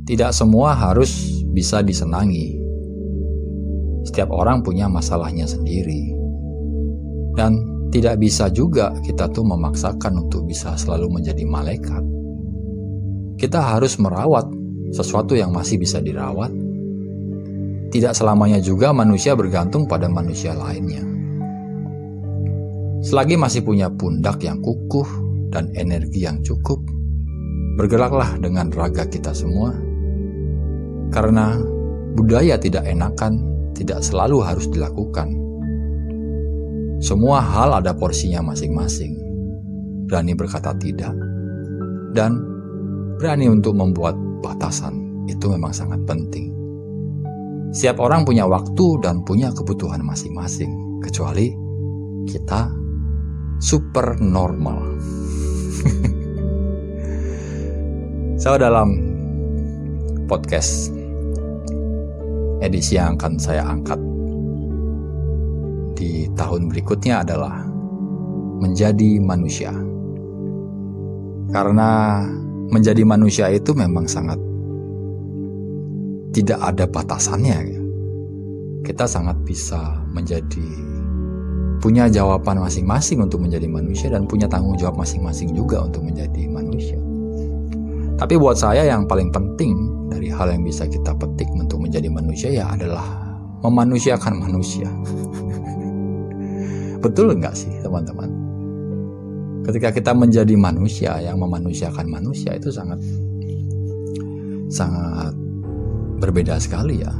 Tidak semua harus bisa disenangi. Setiap orang punya masalahnya sendiri. Dan tidak bisa juga kita tuh memaksakan untuk bisa selalu menjadi malaikat. Kita harus merawat sesuatu yang masih bisa dirawat. Tidak selamanya juga manusia bergantung pada manusia lainnya. Selagi masih punya pundak yang kukuh dan energi yang cukup, bergeraklah dengan raga kita semua. Karena budaya tidak enakan tidak selalu harus dilakukan. Semua hal ada porsinya masing-masing. Berani berkata tidak dan berani untuk membuat batasan itu memang sangat penting. Setiap orang punya waktu dan punya kebutuhan masing-masing, kecuali kita super normal. So, dalam podcast edisi yang akan saya angkat di tahun berikutnya adalah menjadi manusia. Karena menjadi manusia itu memang sangat tidak ada batasannya. Kita sangat bisa punya jawaban masing-masing untuk menjadi manusia dan punya tanggung jawab masing-masing juga untuk menjadi manusia. Tapi buat saya yang paling penting dari hal yang bisa kita petik untuk menjadi manusia ya adalah memanusiakan manusia. Betul enggak sih teman-teman? Ketika kita menjadi manusia yang memanusiakan manusia itu sangat berbeda sekali ya.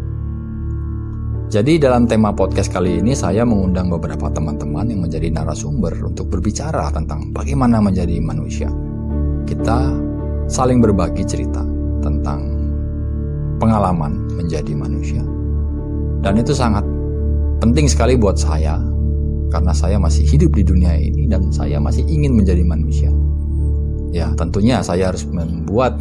Jadi dalam tema podcast kali ini saya mengundang beberapa teman-teman yang menjadi narasumber untuk berbicara tentang bagaimana menjadi manusia. Kita saling berbagi cerita tentang pengalaman menjadi manusia. Dan itu sangat penting sekali buat saya karena saya masih hidup di dunia ini dan saya masih ingin menjadi manusia. Ya, tentunya saya harus membuat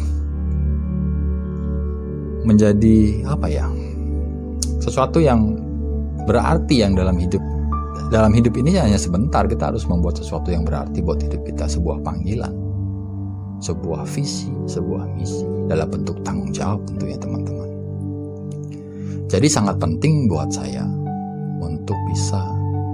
menjadi sesuatu yang berarti yang dalam hidup ini hanya sebentar. Kita harus membuat sesuatu yang berarti buat hidup kita, sebuah panggilan, sebuah visi, sebuah misi dalam bentuk tanggung jawab tentunya teman-teman. Jadi sangat penting buat saya untuk bisa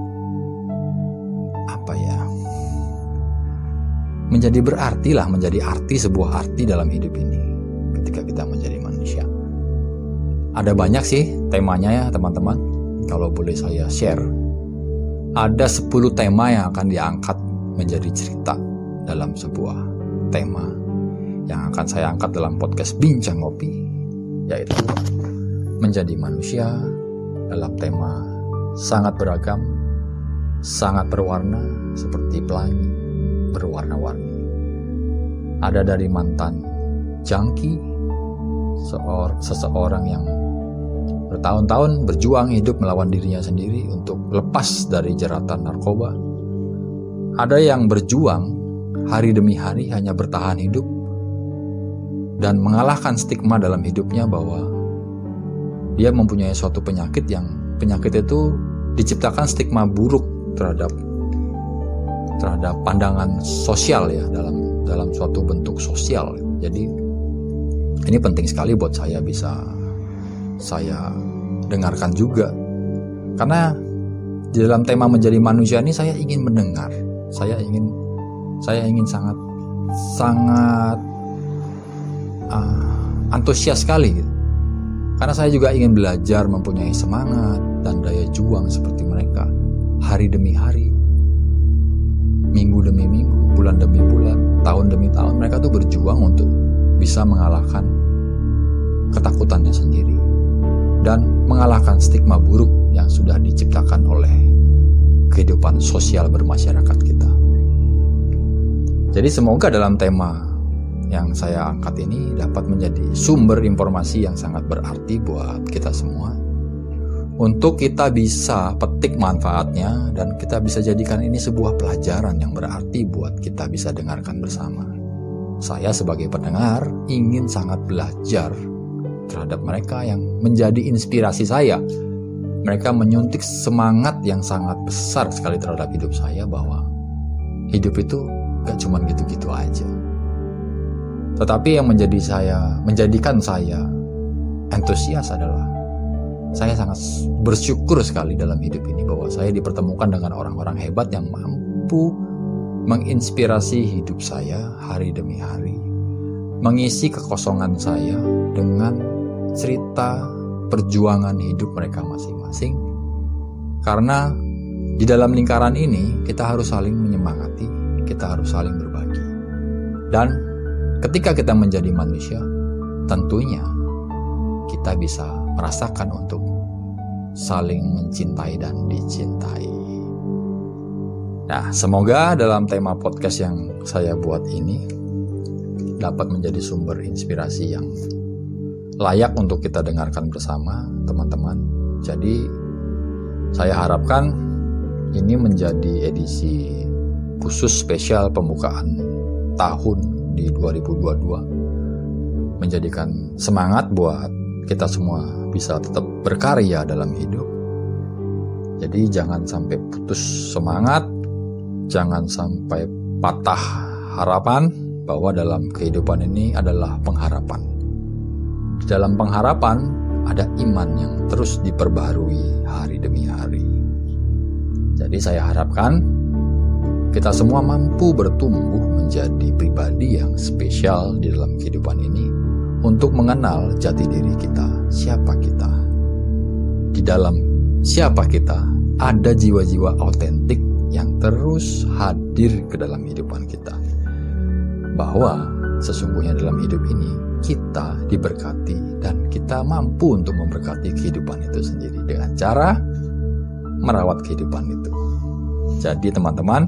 menjadi berarti lah, menjadi sebuah arti dalam hidup ini ketika kita menjadi manusia. Ada banyak sih temanya ya teman-teman. Kalau boleh saya share, ada 10 tema yang akan diangkat menjadi cerita dalam sebuah tema yang akan saya angkat dalam podcast Bincang Ngopi, yaitu menjadi manusia dalam tema sangat beragam, sangat berwarna seperti pelangi berwarna-warni. Ada dari mantan jangki, seseorang yang bertahun-tahun berjuang hidup melawan dirinya sendiri untuk lepas dari jeratan narkoba. Ada yang berjuang hari demi hari hanya bertahan hidup dan mengalahkan stigma dalam hidupnya bahwa dia mempunyai suatu penyakit itu diciptakan stigma buruk terhadap pandangan sosial ya, dalam suatu bentuk sosial. Jadi ini penting sekali buat saya bisa saya dengarkan juga, karena di dalam tema menjadi manusia ini saya ingin mendengar, saya ingin sangat antusias sekali gitu. Karena saya juga ingin belajar mempunyai semangat dan daya juang seperti mereka hari demi hari, minggu demi minggu, bulan demi bulan, tahun demi tahun. Mereka tuh berjuang untuk bisa mengalahkan ketakutannya sendiri dan mengalahkan stigma buruk yang sudah diciptakan oleh kehidupan sosial bermasyarakat kita. Jadi semoga dalam tema yang saya angkat ini dapat menjadi sumber informasi yang sangat berarti buat kita semua, untuk kita bisa petik manfaatnya dan kita bisa jadikan ini sebuah pelajaran yang berarti buat kita bisa dengarkan bersama. Saya sebagai pendengar ingin sangat belajar terhadap mereka yang menjadi inspirasi saya. Mereka menyuntik semangat yang sangat besar sekali terhadap hidup saya, bahwa hidup itu gak cuma gitu-gitu aja. Tetapi yang menjadikan saya antusias adalah saya sangat bersyukur sekali dalam hidup ini bahwa saya dipertemukan dengan orang-orang hebat yang mampu menginspirasi hidup saya hari demi hari, mengisi kekosongan saya dengan cerita perjuangan hidup mereka masing-masing. Karena di dalam lingkaran ini kita harus saling menyemangati, kita harus saling berbagi. Dan ketika kita menjadi manusia, tentunya kita bisa merasakan untuk saling mencintai dan dicintai. Nah, semoga dalam tema podcast yang saya buat ini dapat menjadi sumber inspirasi yang layak untuk kita dengarkan bersama, teman-teman. Jadi, saya harapkan ini menjadi edisi khusus spesial pembukaan tahun di 2022, menjadikan semangat buat kita semua bisa tetap berkarya dalam hidup. Jadi jangan sampai putus semangat, jangan sampai patah harapan bahwa dalam kehidupan ini adalah pengharapan. Di dalam pengharapan ada iman yang terus diperbaharui hari demi hari. Jadi saya harapkan kita semua mampu bertumbuh menjadi pribadi yang spesial di dalam kehidupan ini untuk mengenal jati diri kita, siapa kita. Di dalam siapa kita ada jiwa-jiwa autentik yang terus hadir ke dalam kehidupan kita. Bahwa sesungguhnya dalam hidup ini kita diberkati dan kita mampu untuk memberkati kehidupan itu sendiri dengan cara merawat kehidupan itu. Jadi teman-teman,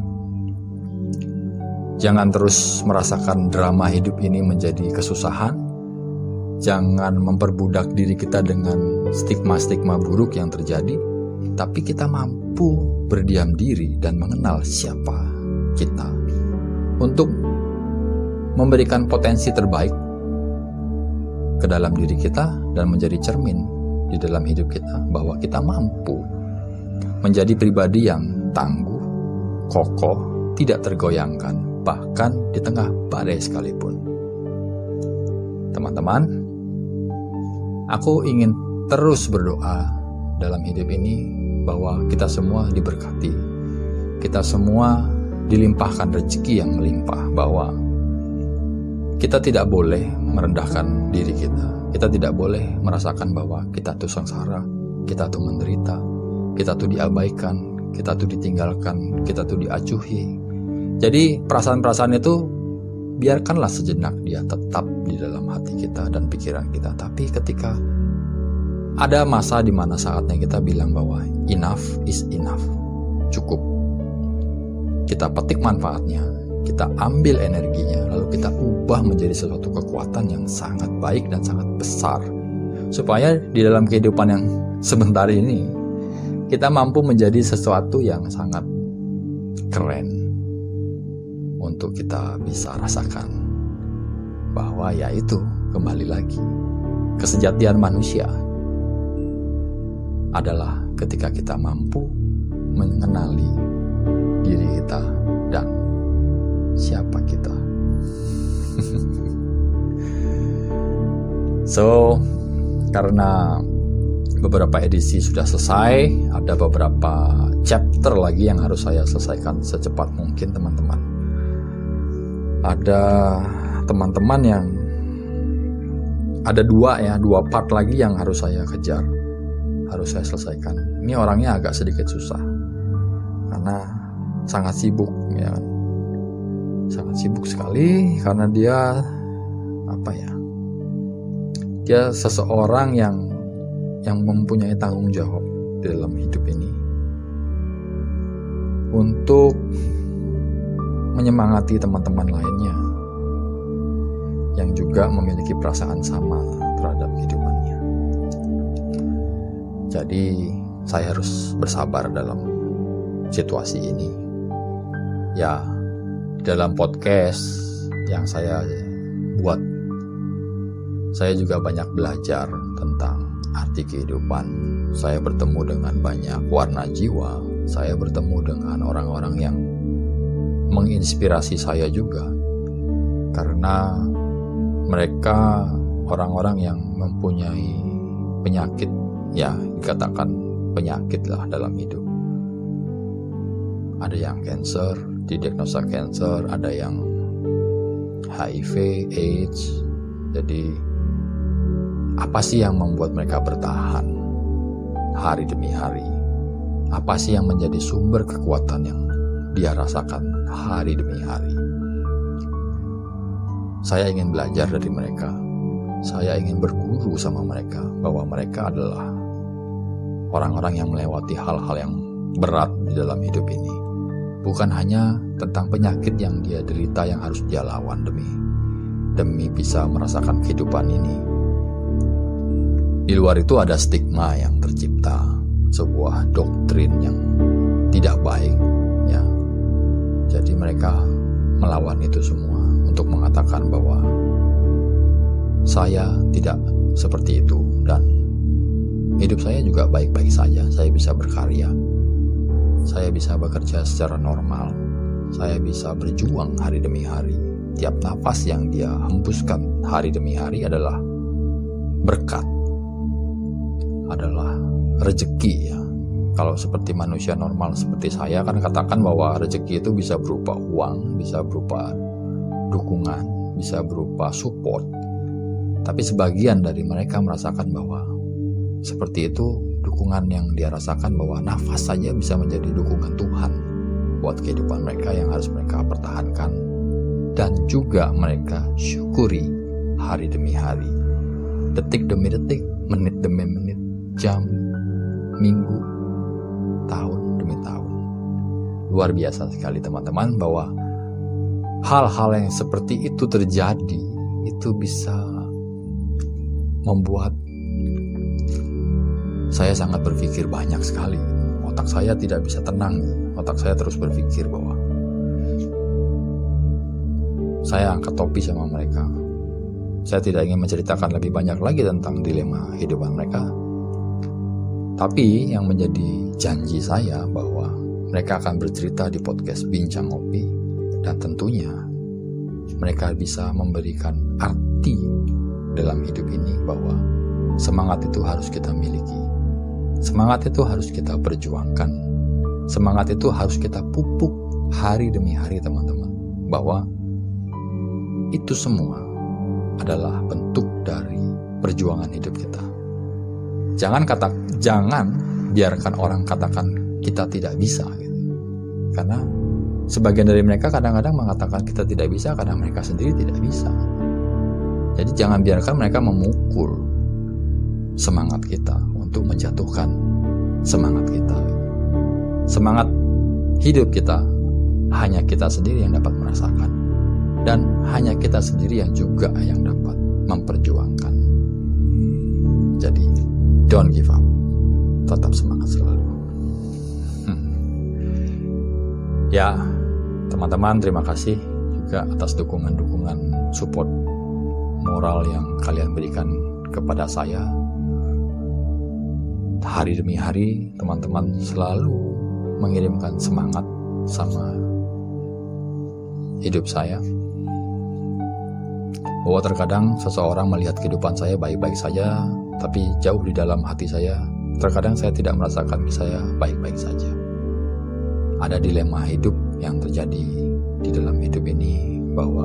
jangan terus merasakan drama hidup ini menjadi kesusahan. Jangan memperbudak diri kita dengan stigma-stigma buruk yang terjadi. Tapi kita mampu berdiam diri dan mengenal siapa kita untuk memberikan potensi terbaik ke dalam diri kita dan menjadi cermin di dalam hidup kita bahwa kita mampu menjadi pribadi yang tangguh, kokoh, tidak tergoyangkan, bahkan di tengah badai sekalipun. Teman-teman, aku ingin terus berdoa dalam hidup ini bahwa kita semua diberkati, kita semua dilimpahkan rezeki yang melimpah, bahwa kita tidak boleh merendahkan diri kita tidak boleh merasakan bahwa kita tuh sengsara, kita tuh menderita, kita tuh diabaikan, kita tuh ditinggalkan, kita tuh diacuhi. Jadi perasaan-perasaan itu biarkanlah sejenak dia tetap di dalam hati kita dan pikiran kita. Tapi ketika ada masa di mana saatnya kita bilang bahwa enough is enough, cukup. Kita petik manfaatnya, kita ambil energinya, lalu kita ubah menjadi sesuatu kekuatan yang sangat baik dan sangat besar. Supaya di dalam kehidupan yang sebentar ini, kita mampu menjadi sesuatu yang sangat keren untuk kita bisa rasakan. Bahwa yaitu, kembali lagi, kesejatian manusia adalah ketika kita mampu mengenali diri kita dan siapa kita. So, karena beberapa edisi sudah selesai, ada beberapa chapter lagi yang harus saya selesaikan secepat mungkin, teman-teman. Ada teman-teman yang ada dua part lagi yang harus saya kejar, harus saya selesaikan. Ini orangnya agak sedikit susah karena sangat sibuk, ya kan? Sangat sibuk sekali karena dia dia seseorang yang mempunyai tanggung jawab dalam hidup ini untuk menyemangati teman-teman lainnya yang juga memiliki perasaan sama terhadap kehidupannya. Jadi saya harus bersabar dalam situasi ini. Ya, dalam podcast yang saya buat, saya juga banyak belajar tentang arti kehidupan. Saya bertemu dengan banyak warna jiwa. Saya bertemu dengan orang-orang yang menginspirasi saya juga. Karena mereka orang-orang yang mempunyai penyakit, ya dikatakan penyakit lah dalam hidup. Ada yang cancer, didiagnosa cancer, ada yang HIV, AIDS. Jadi apa sih yang membuat mereka bertahan hari demi hari? Apa sih yang menjadi sumber kekuatan yang dia rasakan hari demi hari? Saya ingin belajar dari mereka. Saya ingin berguru sama mereka, bahwa mereka adalah orang-orang yang melewati hal-hal yang berat di dalam hidup ini. Bukan hanya tentang penyakit yang dia derita yang harus dia lawan demi bisa merasakan kehidupan ini. Di luar itu ada stigma yang tercipta, sebuah doktrin yang tidak baik, ya. Jadi mereka melawan itu semua untuk mengatakan bahwa saya tidak seperti itu dan hidup saya juga baik-baik saja. Saya bisa berkarya, saya bisa bekerja secara normal, saya bisa berjuang hari demi hari. Tiap nafas yang dia hembuskan hari demi hari adalah berkat, adalah rezeki, ya. Kalau seperti manusia normal seperti saya kan katakan bahwa rezeki itu bisa berupa uang, bisa berupa dukungan, bisa berupa support. Tapi sebagian dari mereka merasakan bahwa seperti itu dukungan yang dia rasakan, bahwa nafas saja bisa menjadi dukungan Tuhan buat kehidupan mereka yang harus mereka pertahankan dan juga mereka syukuri hari demi hari, detik demi detik, menit demi menit, jam, minggu, tahun demi tahun. Luar biasa sekali teman-teman, bahwa hal-hal yang seperti itu terjadi itu bisa membuat saya sangat berpikir banyak sekali. Otak saya tidak bisa tenang. Otak saya terus berpikir bahwa saya angkat topi sama mereka. Saya tidak ingin menceritakan lebih banyak lagi tentang dilema kehidupan mereka. Tapi yang menjadi janji saya bahwa mereka akan bercerita di podcast Bincang Ngopi, dan tentunya mereka bisa memberikan arti dalam hidup ini, bahwa semangat itu harus kita miliki, semangat itu harus kita perjuangkan, semangat itu harus kita pupuk hari demi hari teman-teman, bahwa itu semua adalah bentuk dari perjuangan hidup kita. Jangan biarkan orang katakan kita tidak bisa, gitu. Karena sebagian dari mereka kadang-kadang mengatakan kita tidak bisa karena mereka sendiri tidak bisa. Jadi jangan biarkan mereka memukul semangat kita untuk menjatuhkan semangat kita. Semangat hidup kita hanya kita sendiri yang dapat merasakan, dan hanya kita sendiri yang juga yang dapat memperjuangkan. Jadi don't give up, tetap semangat selalu. Ya teman-teman, terima kasih juga atas dukungan support moral yang kalian berikan kepada saya. Hari demi hari teman-teman selalu mengirimkan semangat sama hidup saya, bahwa terkadang seseorang melihat kehidupan saya baik-baik saja, tapi jauh di dalam hati saya terkadang saya tidak merasakan saya baik-baik saja. Ada dilema hidup yang terjadi di dalam hidup ini, bahwa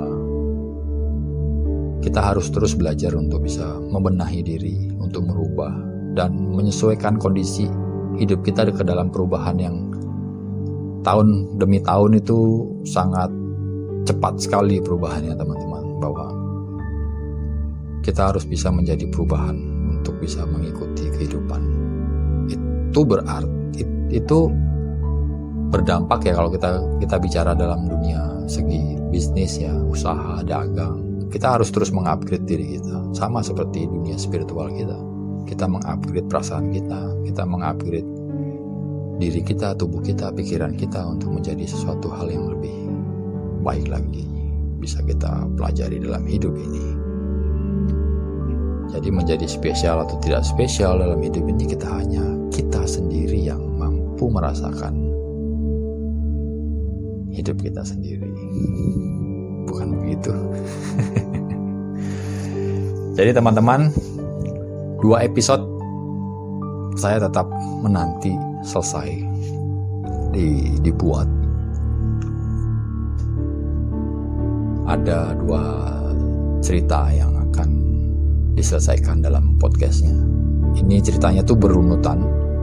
kita harus terus belajar untuk bisa membenahi diri, untuk merubah dan menyesuaikan kondisi hidup kita ke dalam perubahan yang tahun demi tahun itu sangat cepat sekali perubahannya teman-teman, bahwa kita harus bisa menjadi perubahan untuk bisa mengikuti kehidupan. Itu berarti itu berdampak ya, kalau kita bicara dalam dunia segi bisnis ya, usaha, dagang, kita harus terus mengupgrade diri kita. Sama seperti dunia spiritual kita mengupgrade perasaan kita mengupgrade diri kita, tubuh kita, pikiran kita untuk menjadi sesuatu hal yang lebih baik lagi bisa kita pelajari dalam hidup ini. Jadi menjadi spesial atau tidak spesial dalam hidup ini hanya kita sendiri yang mampu merasakan hidup kita sendiri. Bukan begitu? Jadi teman-teman, 2 episode saya tetap menanti selesai dibuat. Ada 2 cerita yang akan diselesaikan dalam podcastnya. Ini ceritanya tuh berunutan.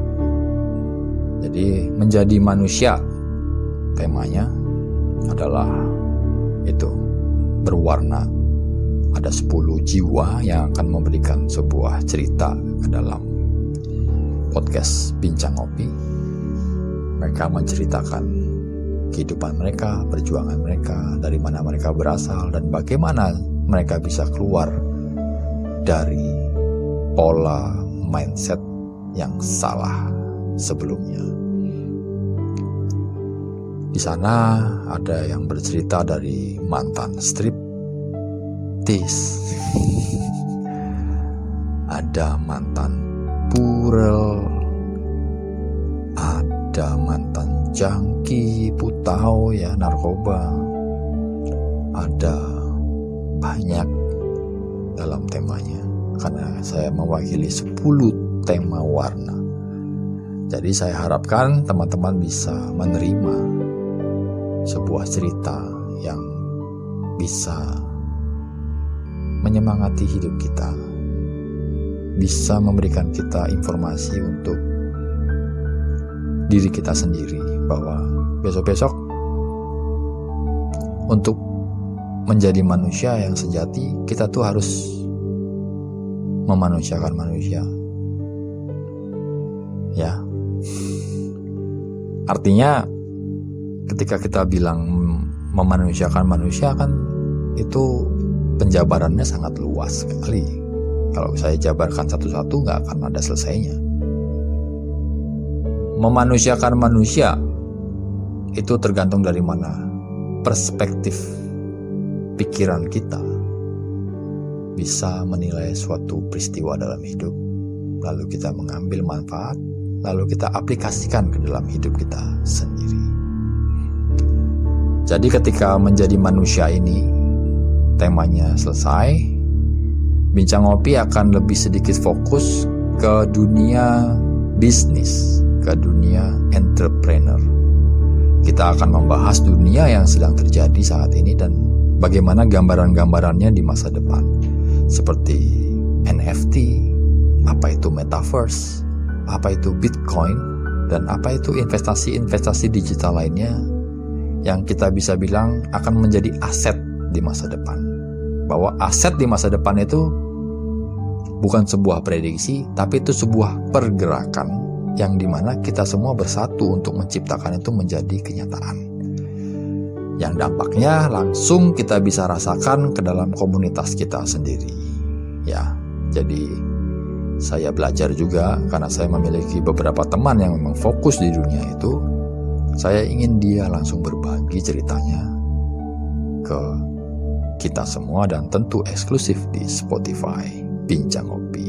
Jadi menjadi manusia, temanya adalah itu, berwarna. Ada 10 jiwa yang akan memberikan sebuah cerita ke dalam podcast Bincang Ngopi. Mereka menceritakan kehidupan mereka, perjuangan mereka, dari mana mereka berasal, dan bagaimana mereka bisa keluar dari pola mindset yang salah sebelumnya. Di sana ada yang bercerita dari mantan striptease, ada mantan purel, ada mantan jangki, putau ya, narkoba. Ada banyak dalam temanya, karena saya mewakili 10 tema warna. Jadi saya harapkan teman-teman bisa menerima sebuah cerita yang bisa menyemangati hidup kita, bisa memberikan kita informasi untuk diri kita sendiri, bahwa besok-besok untuk menjadi manusia yang sejati, kita tuh harus memanusiakan manusia. Ya. Artinya ketika kita bilang memanusiakan manusia, kan itu penjabarannya sangat luas sekali. Kalau saya jabarkan satu-satu gak akan ada selesainya. Memanusiakan manusia itu tergantung dari mana perspektif pikiran kita bisa menilai suatu peristiwa dalam hidup, lalu kita mengambil manfaat, lalu kita aplikasikan ke dalam hidup kita sendiri. Jadi ketika menjadi manusia ini temanya selesai, Bincang Ngopi akan lebih sedikit fokus ke dunia bisnis, ke dunia entrepreneur. Kita akan membahas dunia yang sedang terjadi saat ini dan bagaimana gambaran-gambarannya di masa depan, seperti NFT, apa itu metaverse, apa itu Bitcoin, dan apa itu investasi-investasi digital lainnya yang kita bisa bilang akan menjadi aset di masa depan. Bahwa aset di masa depan itu bukan sebuah prediksi, tapi itu sebuah pergerakan yang dimana kita semua bersatu untuk menciptakan itu menjadi kenyataan, yang dampaknya langsung kita bisa rasakan ke dalam komunitas kita sendiri. Ya, jadi saya belajar juga karena saya memiliki beberapa teman yang memang fokus di dunia itu. Saya ingin dia langsung berbagi ceritanya ke kita semua, dan tentu eksklusif di Spotify Bincang Ngopi.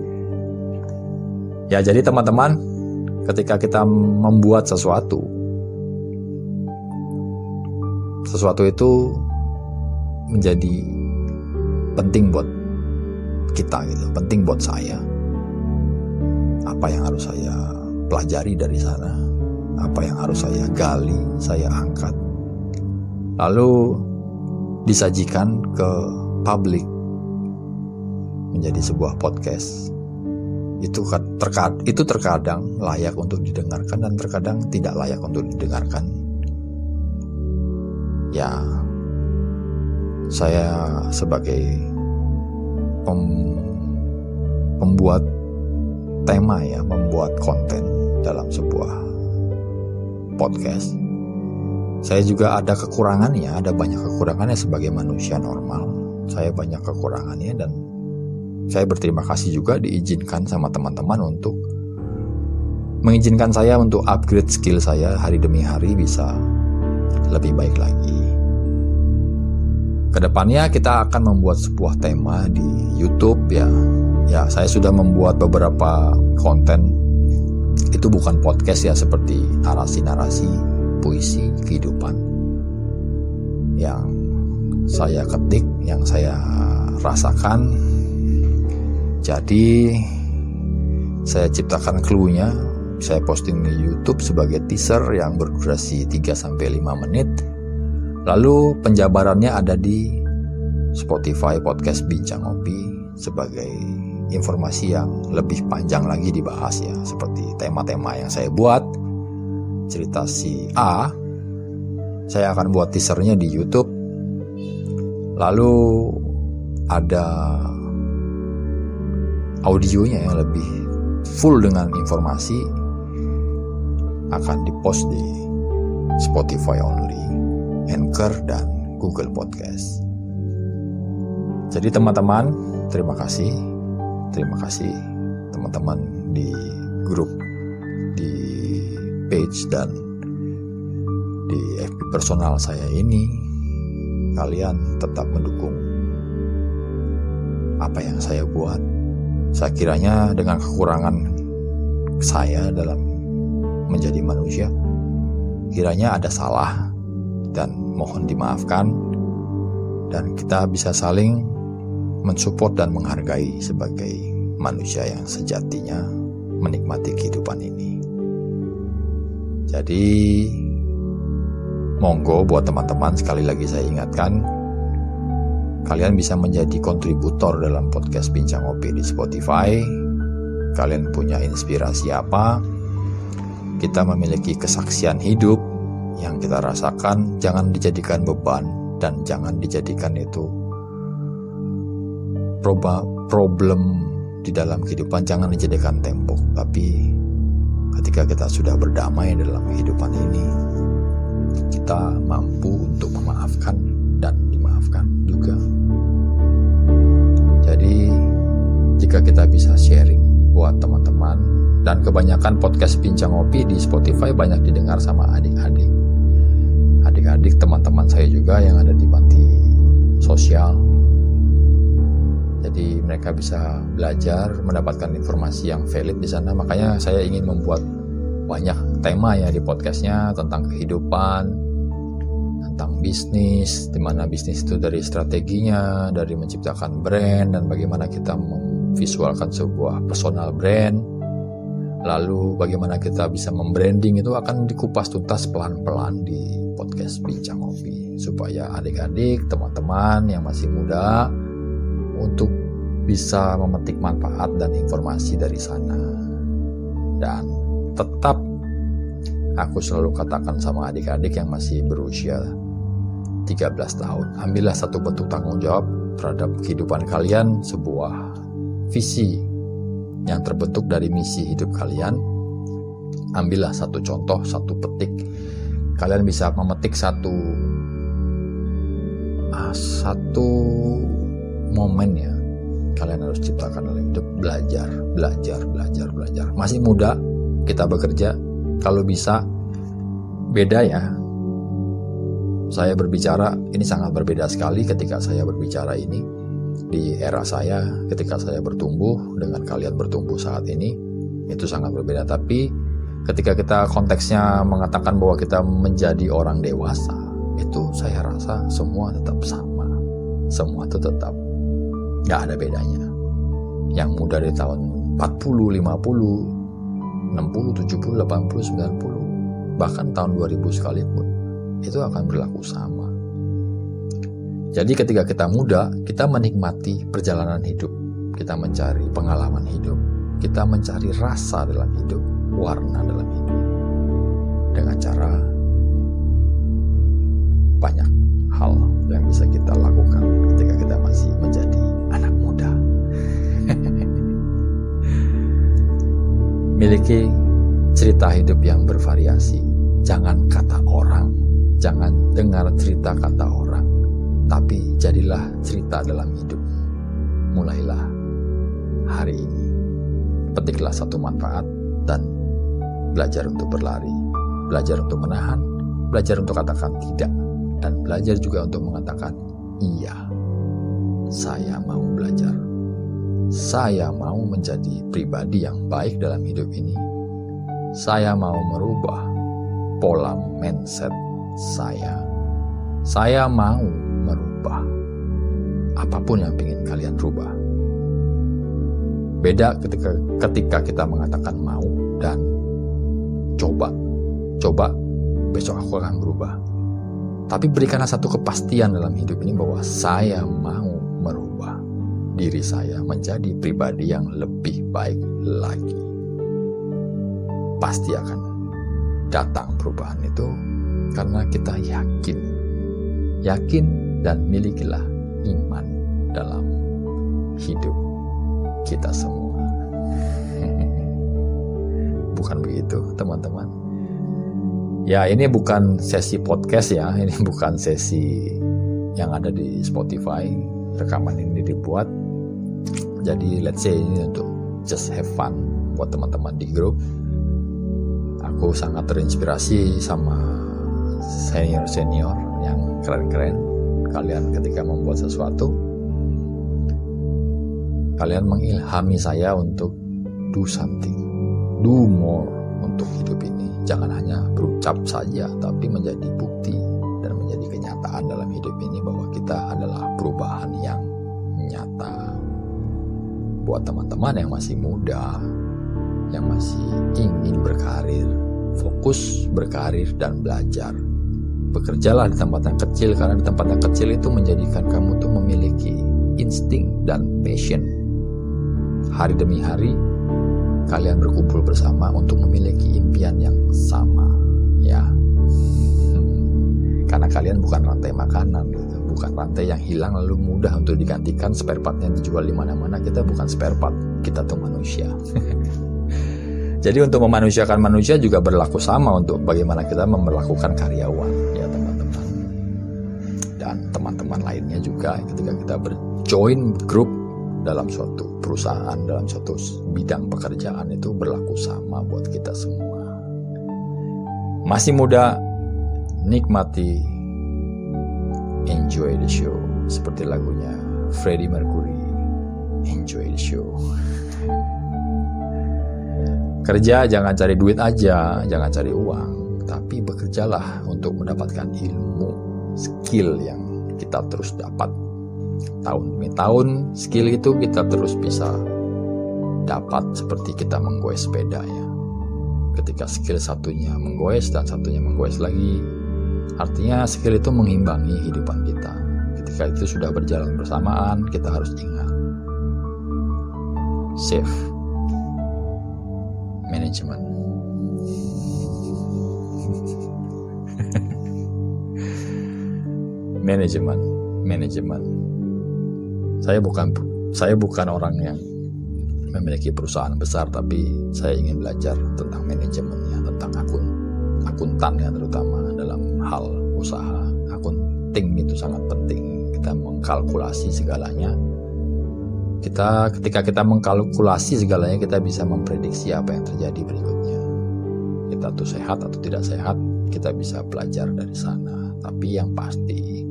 Ya, jadi teman-teman, ketika kita membuat sesuatu itu menjadi penting buat kita gitu, penting buat saya. Apa yang harus saya pelajari dari sana, apa yang harus saya gali, saya angkat, lalu disajikan ke publik menjadi sebuah podcast. Itu terkadang layak untuk didengarkan dan terkadang tidak layak untuk didengarkan. Ya, saya sebagai pembuat tema ya, membuat konten dalam sebuah podcast, saya juga ada kekurangannya, ada banyak kekurangannya sebagai manusia normal. Saya banyak kekurangannya dan saya berterima kasih juga diizinkan sama teman-teman untuk mengizinkan saya untuk upgrade skill saya hari demi hari bisa lebih baik lagi. Kedepannya kita akan membuat sebuah tema di YouTube ya. Ya, saya sudah membuat beberapa konten. Itu bukan podcast ya, seperti narasi-narasi, puisi, kehidupan yang saya ketik, yang saya rasakan, Jadi saya ciptakan clue-nya, saya posting di YouTube sebagai teaser yang berdurasi 3-5 menit. Lalu penjabarannya ada di Spotify podcast Bincang Ngopi sebagai informasi yang lebih panjang lagi dibahas ya, seperti tema-tema yang saya buat. Cerita si A, saya akan buat teasernya di YouTube. Lalu ada audionya yang lebih full dengan informasi akan dipost di Spotify only, Anchor, dan Google Podcast. Jadi teman-teman, terima kasih teman-teman di grup, di page dan di FB personal saya ini. Kalian tetap mendukung apa yang saya buat. Saya kiranya dengan kekurangan saya dalam menjadi manusia, kiranya ada salah dan mohon dimaafkan, dan kita bisa saling mensupport dan menghargai sebagai manusia yang sejatinya menikmati kehidupan ini. Jadi monggo buat teman-teman, sekali lagi saya ingatkan, kalian bisa menjadi kontributor dalam podcast Bincang Ngopi di Spotify. Kalian punya inspirasi apa? Kita memiliki kesaksian hidup yang kita rasakan, jangan dijadikan beban dan jangan dijadikan itu problem di dalam kehidupan, jangan dijadikan tembok. Tapi ketika kita sudah berdamai dalam kehidupan ini, kita mampu untuk memaafkan dan dimaafkan juga. Jadi jika kita bisa sharing buat teman-teman, dan kebanyakan podcast Bincang Ngopi di Spotify banyak didengar sama adik-adik teman-teman saya juga yang ada di panti sosial. Jadi mereka bisa belajar, mendapatkan informasi yang valid di sana. Makanya saya ingin membuat banyak tema ya di podcastnya tentang kehidupan, tentang bisnis, di mana bisnis itu dari strateginya, dari menciptakan brand, dan bagaimana kita memvisualkan sebuah personal brand. Lalu bagaimana kita bisa membranding, itu akan dikupas tuntas pelan-pelan di podcast Bincang Ngopi, supaya adik-adik, teman-teman yang masih muda untuk bisa memetik manfaat dan informasi dari sana. Dan tetap aku selalu katakan sama adik-adik yang masih berusia 13 tahun, ambillah satu bentuk tanggung jawab terhadap kehidupan kalian, sebuah visi yang terbentuk dari misi hidup kalian. Ambillah satu contoh, satu petik. Kalian bisa memetik satu momen ya, kalian harus ciptakan dalam hidup. Belajar. Masih muda, kita bekerja. Kalau bisa, beda ya. Saya berbicara, ini sangat berbeda sekali ketika saya berbicara ini di era saya, ketika saya bertumbuh dengan kalian bertumbuh saat ini, itu sangat berbeda. Tapi ketika kita konteksnya mengatakan bahwa kita menjadi orang dewasa, itu saya rasa semua tetap sama. Semua itu tetap gak ada bedanya. Yang muda di tahun 40, 50, 60, 70, 80, 90, bahkan tahun 2000 sekalipun, itu akan berlaku sama. Jadi ketika kita muda, kita menikmati perjalanan hidup, kita mencari pengalaman hidup, kita mencari rasa dalam hidup, warna dalam hidup, dengan cara banyak hal yang bisa kita lakukan ketika kita masih menjadi anak muda. Miliki cerita hidup yang bervariasi. Jangan kata orang, jangan dengar cerita kata orang, tapi jadilah cerita dalam hidup. Mulailah hari ini. Petiklah satu manfaat dan belajar untuk berlari, belajar untuk menahan, belajar untuk katakan tidak, dan belajar juga untuk mengatakan iya. Saya mau belajar. Saya mau menjadi pribadi yang baik dalam hidup ini. Saya mau merubah pola mindset saya. Saya mau merubah apapun yang ingin kalian rubah. Beda ketika kita mengatakan mau dan coba besok aku akan berubah. Tapi berikanlah satu kepastian dalam hidup ini bahwa saya mau merubah diri saya menjadi pribadi yang lebih baik lagi. Pasti akan datang perubahan itu karena kita yakin dan milikilah iman dalam hidup kita semua. Bukan begitu, teman-teman? Ya, ini bukan sesi podcast ya, ini bukan sesi yang ada di Spotify. Rekaman ini dibuat, jadi let's say ini untuk just have fun buat teman-teman di grup. Aku sangat terinspirasi sama senior-senior yang keren-keren. Kalian ketika membuat sesuatu, kalian mengilhami saya untuk do something, do more untuk hidup ini. Jangan hanya berucap saja, tapi menjadi bukti dan menjadi kenyataan dalam hidup ini bahwa kita adalah perubahan yang nyata. Buat teman-teman yang masih muda, yang masih ingin berkarir, fokus berkarir dan belajar. Bekerjalah di tempat yang kecil, karena di tempat yang kecil itu menjadikan kamu tuh memiliki insting dan passion. Hari demi hari kalian berkumpul bersama untuk memiliki impian yang sama, ya. Karena kalian bukan rantai makanan, gitu. Bukan rantai yang hilang lalu mudah untuk digantikan, spare partnya dijual di mana-mana. Kita bukan spare part, kita tuh manusia. Jadi untuk memanusiakan manusia juga berlaku sama untuk bagaimana kita memperlakukan karyawan, ya teman-teman. Dan teman-teman lainnya juga ketika kita berjoin grup dalam suatu perusahaan, dalam suatu bidang pekerjaan, itu berlaku sama buat kita semua. Masih muda, nikmati, enjoy the show. Seperti lagunya Freddie Mercury, enjoy the show. Kerja jangan cari duit aja, jangan cari uang, tapi bekerjalah untuk mendapatkan ilmu, skill yang kita terus dapat. Tahun demi tahun, skill itu kita terus bisa dapat seperti kita menggoes sepeda ya. Ketika skill satunya menggoes dan satunya menggoes lagi, artinya skill itu mengimbangi kehidupan kita. Ketika itu sudah berjalan bersamaan, kita harus ingat save management. Manajemen. Saya bukan orang yang memiliki perusahaan besar, tapi saya ingin belajar tentang manajemennya, tentang akuntannya, terutama dalam hal usaha. Akunting itu sangat penting. Kita mengkalkulasi segalanya. Ketika kita mengkalkulasi segalanya, kita bisa memprediksi apa yang terjadi berikutnya. Kita tuh sehat atau tidak sehat, kita bisa belajar dari sana. Tapi yang pasti,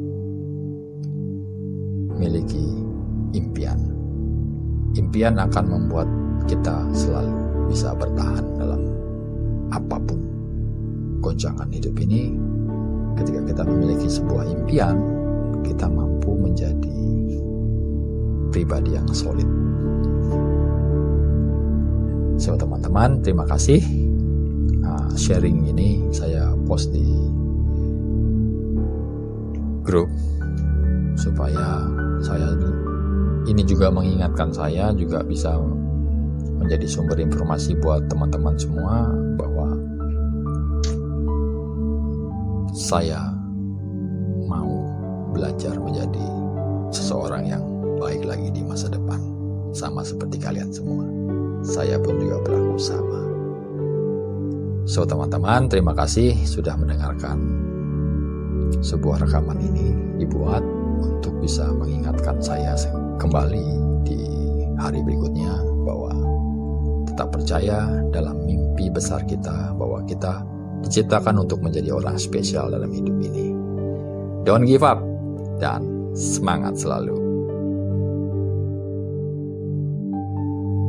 miliki impian. Impian akan membuat kita selalu bisa bertahan dalam apapun goncangan hidup ini. Ketika kita memiliki sebuah impian, kita mampu menjadi pribadi yang solid. So teman-teman, terima kasih. Sharing ini saya post di grup supaya ini juga mengingatkan saya, juga bisa menjadi sumber informasi buat teman-teman semua bahwa saya mau belajar menjadi seseorang yang baik lagi di masa depan, sama seperti kalian semua. Saya pun juga berlaku sama. So teman-teman, terima kasih sudah mendengarkan. Sebuah rekaman ini dibuat untuk bisa mengingatkan saya kembali di hari berikutnya bahwa tetap percaya dalam mimpi besar kita, bahwa kita diciptakan untuk menjadi orang spesial dalam hidup ini. Don't give up dan semangat selalu.